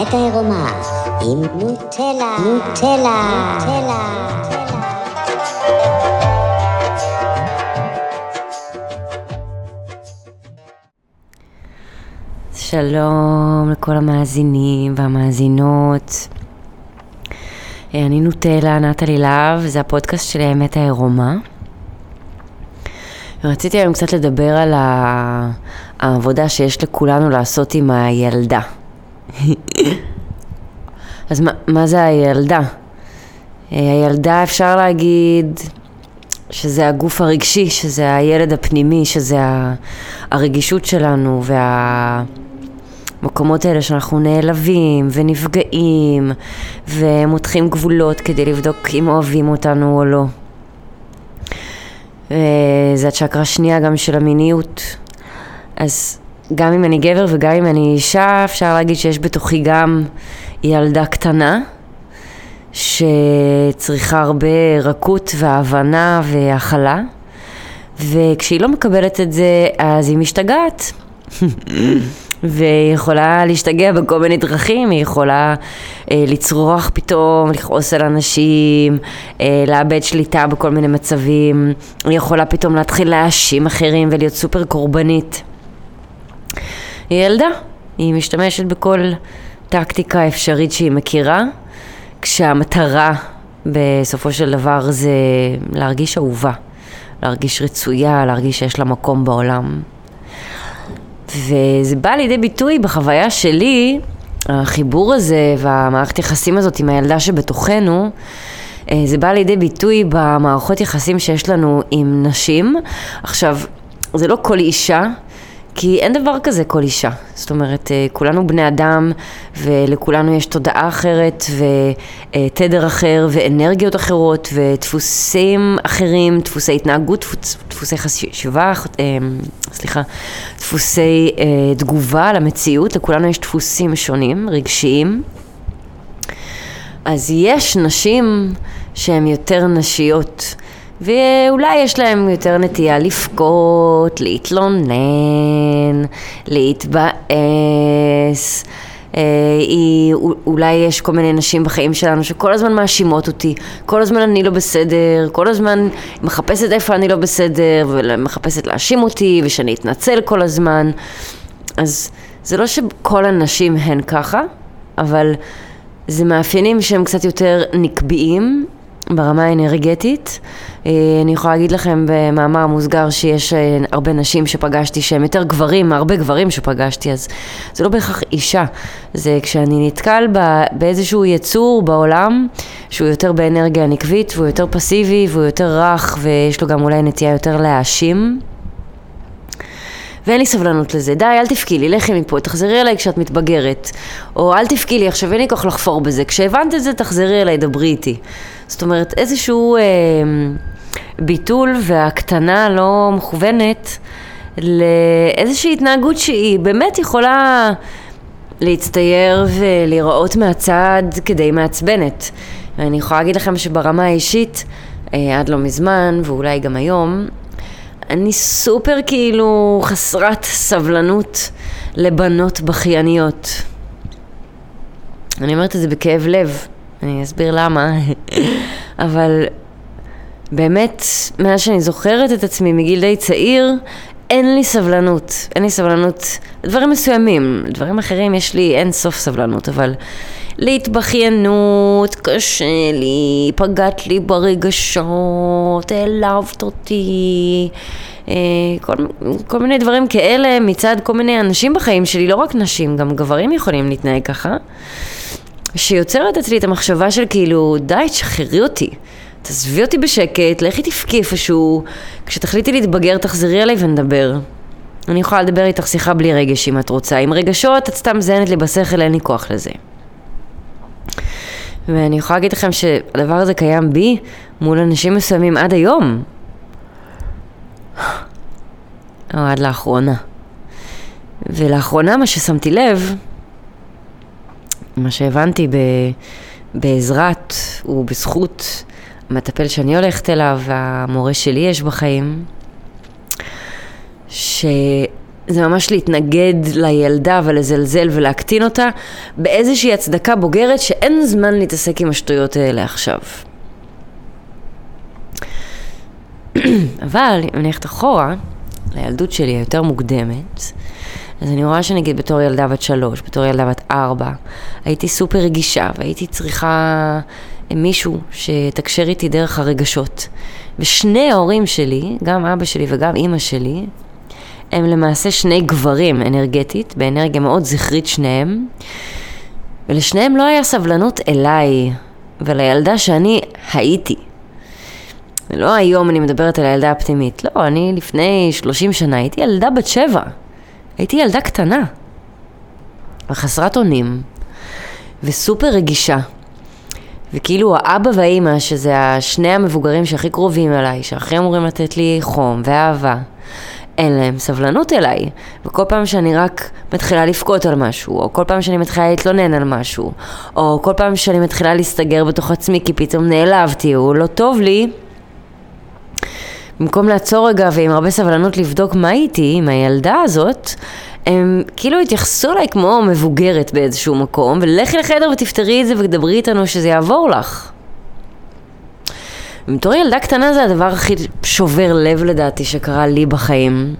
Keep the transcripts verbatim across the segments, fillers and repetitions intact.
האמת העירומה עם נוטלה, נוטלה, נוטלה. שלום לכל המאזינים והמאזינות. אני נוטלה, נטלי להב, זה הפודקאסט של האמת העירומה. רציתי היום קצת לדבר על העבודה שיש לכולנו לעשות עם הילדה. אז מה, מה זה הילדה? הילדה אפשר להגיד שזה הגוף הרגשי, שזה הילד הפנימי, שזה הרגישות שלנו והמקומות האלה שאנחנו נעלבים ונפגעים ומותחים גבולות כדי לבדוק אם אוהבים אותנו או לא. וזה הצ'קרה שנייה גם של המיניות. אז גם אם אני גבר וגם אם אני אישה, אפשר להגיד שיש בתוכי גם ילדה קטנה שצריכה הרבה רכות והבנה והכלה, וכשהיא לא מקבלת את זה אז היא משתגעת והיא יכולה להשתגע בכל מיני דרכים. היא יכולה אה, לצרוח פתאום, לכעוס על אנשים, אה, לאבד שליטה בכל מיני מצבים. היא יכולה פתאום להתחיל להאשים אחרים ולהיות סופר קורבנית. היא ילדה, היא משתמשת בכל טקטיקה אפשרית שהיא מכירה, כשהמטרה בסופו של דבר זה להרגיש אהובה, להרגיש רצויה, להרגיש שיש לה מקום בעולם. וזה בא לידי ביטוי בחוויה שלי, החיבור הזה והמערכת יחסים הזאת עם הילדה שבתוכנו, זה בא לידי ביטוי במערכות יחסים שיש לנו עם נשים. עכשיו, זה לא כל אישה, כי אין דבר כזה כל אישה. זאת אומרת, כולנו בני אדם, ולכולנו יש תודעה אחרת, ותדר אחר, ואנרגיות אחרות, ודפוסים אחרים, דפוסי התנהגות, דפוסי חשיבה, סליחה, דפוסי תגובה למציאות. לכולנו יש דפוסים שונים, רגשיים. אז יש נשים שהן יותר נשיות, ואולי יש להם יותר נטייה לפקות, להתלונן, להתבאס. היא, אולי יש כל מיני נשים בחיים שלנו שכל הזמן מאשימות אותי, כל הזמן אני לא בסדר, כל הזמן מחפשת איפה אני לא בסדר, ומחפשת להאשים אותי, ושאני אתנצל כל הזמן. אז זה לא שכל הנשים הן ככה, אבל זה מאפיינים שהם קצת יותר נקביים, ברמה האנרגטית. אני יכולה להגיד לכם במאמר מוסגר שיש הרבה נשים שפגשתי שהם יותר גברים, הרבה גברים שפגשתי, אז זה לא בהכרח אישה. זה כשאני נתקל באיזשהו יצור בעולם שהוא יותר באנרגיה נקבית, והוא יותר פסיבי והוא יותר רך, ויש לו גם אולי נטייה יותר להאשים. ואין לי סבלנות לזה. די, אל תפקי לי, לכי מפה, תחזרי אליי כשאת מתבגרת. או אל תפקי לי, עכשיו אין לי כוח לחפור בזה. כשהבנת את זה, תחזרי אליי, דברי איתי. זאת אומרת, איזשהו אה, ביטול והקטנה לא מכוונת לאיזושהי התנהגות שהיא באמת יכולה להצטייר ולראות מהצד כדי מעצבנת. ואני יכולה להגיד לכם שברמה האישית, אה, עד לא מזמן, ואולי גם היום, אני סופר כאילו חסרת סבלנות לבנות בכייניות. אני אומרת את זה בכאב לב, אני אסביר למה. אבל באמת, מאז שאני זוכרת את עצמי מגיל די צעיר, אין לי סבלנות. אין לי סבלנות לדברים מסוימים. לדברים אחרים יש לי אין סוף סבלנות, אבל להתבכיינות, קשה לי, פגעת לי ברגשות, העלבת אותי, כל, כל מיני דברים כאלה מצד כל מיני אנשים בחיים שלי, לא רק נשים, גם גברים יכולים להתנהג ככה, שיוצרת אצלי את המחשבה של כאילו, די, תשחררי אותי, תעזבי אותי בשקט, לכי תפקי איפשהו, כשתחליטי להתבגר תחזרי עליי ונדבר. אני יכולה לדבר איתך שיחה בלי רגש אם את רוצה, עם רגשות את סתם זיינת לי בשכל, אין לי כוח לזה. ואני יכולה להגיד לכם שהדבר הזה קיים בי מול אנשים מסוימים עד היום. או עד לאחרונה. ולאחרונה מה ששמתי לב, מה שהבנתי ב, בעזרת ובזכות המטפל שאני הולכת אליו והמורה שלי יש בחיים, ש... זה ממש להתנגד לילדה ולזלזל ולהקטין אותה באיזושהי הצדקה בוגרת שאין זמן להתעסק עם השטויות האלה עכשיו. אבל אם אני הולכת אחורה, לילדות שלי היותר מוקדמת, אז אני רואה שנגיד בתור ילדה בת שלוש, בתור ילדה בת ארבע, הייתי סופר רגישה והייתי צריכה מישהו שתקשר איתי דרך הרגשות. ושני ההורים שלי, גם אבא שלי וגם אמא שלי, הם למעשה שני גברים אנרגטית, באנרגיה מאוד זכרית שניהם, ולשניהם לא היה סבלנות אליי ולילדה שאני הייתי. לא היום אני מדברת על הילדה הפנימית, לא, אני לפני שלושים שנה הייתי ילדה בת שבע, הייתי ילדה קטנה, וחסרת אונים, וסופר רגישה, וכאילו האבא והאמא, שזה השני המבוגרים שהכי קרובים אליי, שהכי אמורים לתת לי חום ואהבה, אין להם סבלנות אליי, וכל פעם שאני רק מתחילה לפקוט על משהו, או כל פעם שאני מתחילה להתלונן על משהו, או כל פעם שאני מתחילה להסתגר בתוך עצמי כי פתאום נעלבתי, או לא טוב לי, במקום לעצור רגע ועם הרבה סבלנות לבדוק מה איתי עם הילדה הזאת, הם כאילו התייחסו אליי כמו מבוגרת באיזשהו מקום, ולכי לחדר ותפתרי את זה ודברי איתנו שזה יעבור לך. בתור ילדה קטנה זה הדבר הכי שובר לב לדעתי שקרה לי בחיים.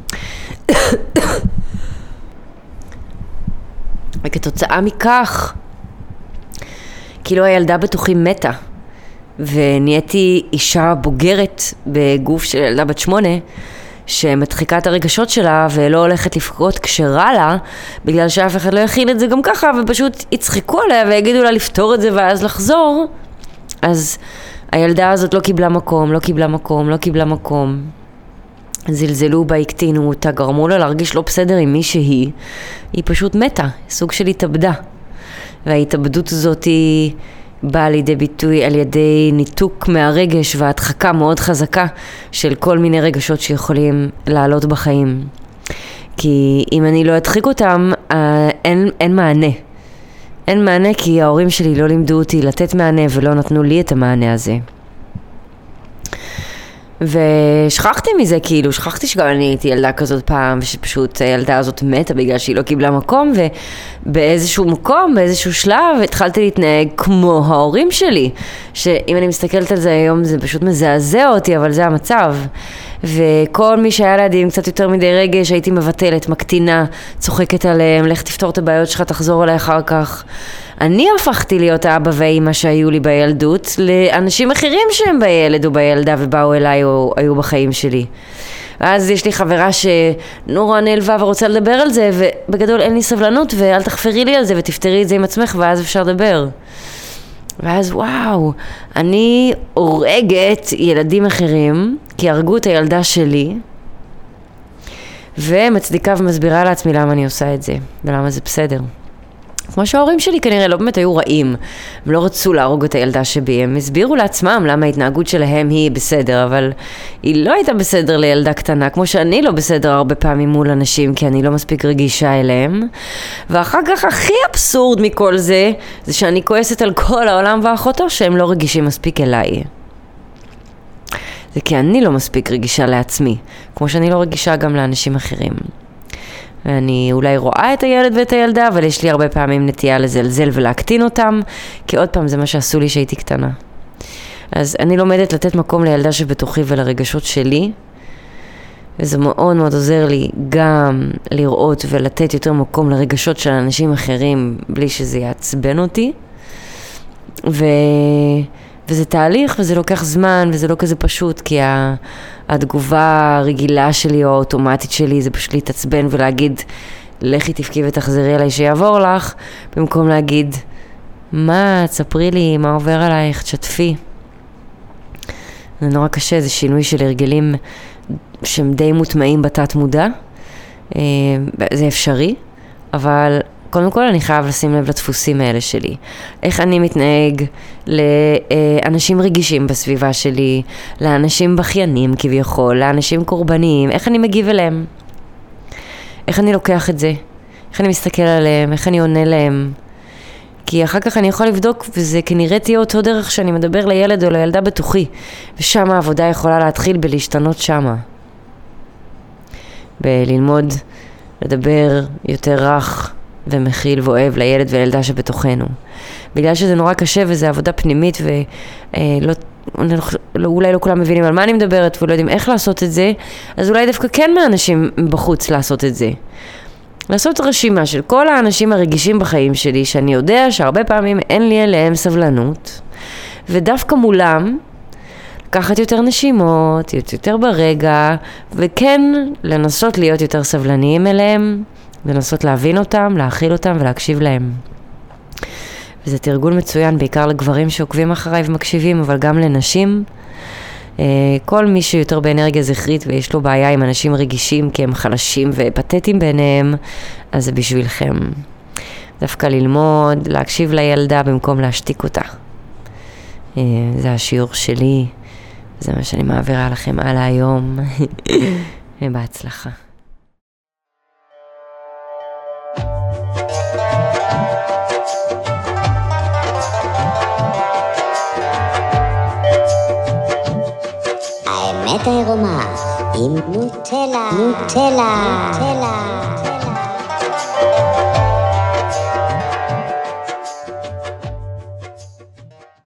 וכתוצאה מכך, כאילו הילדה בתוכי מתה. ונהייתי אישה בוגרת בגוף של ילדה בת שמונה, שמדחיקה את הרגשות שלה ולא הולכת לפקוט כשרע לה, בגלל שאף אחד לא יכין את זה גם ככה, ופשוט יצחקו עליה ויגידו לה לפתור את זה ואז לחזור. אז הילדה הזאת לא קיבלה מקום, לא קיבלה מקום, לא קיבלה מקום. זלזלו בה, הקטינו אותה, גרמו לה להרגיש לא בסדר עם מי שהיא. היא פשוט מתה, סוג של התאבדה. וההתאבדות הזאת היא באה לידי ביטוי על ידי ניתוק מהרגש והדחקה מאוד חזקה של כל מיני רגשות שיכולים לעלות בחיים. כי אם אני לא אדחיק אותם, אין, אין מענה. אין מענה כי ההורים שלי לא לימדו אותי לתת מענה ולא נתנו לי את המענה הזה. ושכחתי מזה, כאילו, שכחתי שגם אני הייתי ילדה כזאת פעם, ושפשוט הילדה הזאת מתה בגלל שהיא לא קיבלה מקום, ובאיזשהו מקום, באיזשהו שלב, התחלתי להתנהג כמו ההורים שלי, שאם אני מסתכלת על זה היום, זה פשוט מזעזע אותי, אבל זה המצב. וכל מי שהיה לידי עם קצת יותר מדי רגש, הייתי מבטלת, מקטינה, צוחקת עליהם, לך תפתור את הבעיות שלך, תחזור אליי אחר כך. אני הפכתי להיות האבא והאמא שהיו לי בילדות לאנשים אחרים שהם בילד או בילדה ובאו אליי או היו בחיים שלי. ואז יש לי חברה שנורא נעלבה ורוצה לדבר על זה, ובגדול אין לי סבלנות ואל תחפרי לי על זה ותפתרי את זה עם עצמך ואז אפשר לדבר. ואז וואו, אני הורגת ילדים אחרים כי הרגו את הילדה שלי, ומצדיקה ומסבירה לעצמי למה אני עושה את זה ולמה זה בסדר. כמו שההורים שלי כנראה לא באמת היו רעים, הם לא רצו להרוג את הילדה שבי, הם הסבירו לעצמם למה ההתנהגות שלהם היא בסדר, אבל היא לא הייתה בסדר לילדה קטנה, כמו שאני לא בסדר הרבה פעמים מול אנשים, כי אני לא מספיק רגישה אליהם. ואחר כך הכי אבסורד מכל זה, זה שאני כועסת על כל העולם ואחותו שהם לא רגישים מספיק אליי. זה כי אני לא מספיק רגישה לעצמי, כמו שאני לא רגישה גם לאנשים אחרים. ואני אולי רואה את הילד ואת הילדה, אבל יש לי הרבה פעמים נטייה לזלזל ולהקטין אותם, כי עוד פעם זה מה שעשו לי שהייתי קטנה. אז אני לומדת לתת מקום לילדה שבתוכי ולרגשות שלי, וזה מאוד מאוד עוזר לי גם לראות ולתת יותר מקום לרגשות של אנשים אחרים, בלי שזה יעצבן אותי. ו... וזה תהליך, וזה לוקח זמן, וזה לא כזה פשוט, כי התגובה הרגילה שלי או האוטומטית שלי זה פשוט להתעצבן ולהגיד, לכי תפקי ותחזרי אליי שיעבור לך, במקום להגיד, מה, תספרי לי, מה עובר עלייך, תשתפי. זה נורא קשה, זה שינוי של הרגלים שהם די מוטמעים בתת מודע. זה אפשרי, אבל קודם כל אני חייב לשים לב לדפוסים האלה שלי. איך אני מתנהג לאנשים רגישים בסביבה שלי, לאנשים בכיינים כביכול, לאנשים קורבניים, איך אני מגיב אליהם? איך אני לוקח את זה? איך אני מסתכל עליהם? איך אני עונה להם? כי אחר כך אני יכול לבדוק, וזה כנראה תהיה אותו דרך שאני מדבר לילד או לילדה בתוכי, ושם העבודה יכולה להתחיל בלהשתנות שמה. בללמוד לדבר יותר רך ומכיל ואוהב לילד ולילדה שבתוכנו. בגלל שזה נורא קשה וזה עבודה פנימית ולא, אולי לא כולם מבינים על מה אני מדברת ולא יודעים איך לעשות את זה, אז אולי דווקא כן מאנשים בחוץ לעשות את זה. לעשות רשימה של כל האנשים הרגישים בחיים שלי, שאני יודע שהרבה פעמים אין לי אליהם סבלנות, ודווקא מולם לקחת יותר נשימות, להיות יותר ברגע, וכן לנסות להיות יותר סבלניים אליהם, לנסות להבין אותם, להכיל אותם ולהקשיב להם. וזה תרגול מצוין, בעיקר לגברים שעוקבים אחריי ומקשיבים, אבל גם לנשים. כל מי שיותר באנרגיה זכרית ויש לו בעיה עם אנשים רגישים כי הם חלשים ופתטיים ביניהם, אז זה בשבילכם. דווקא ללמוד, להקשיב לילדה במקום להשתיק אותה. זה השיעור שלי, זה מה שאני מעבירה לכם על היום. ובהצלחה. האמת העירומה עם נוטלה, נוטלה, נוטלה.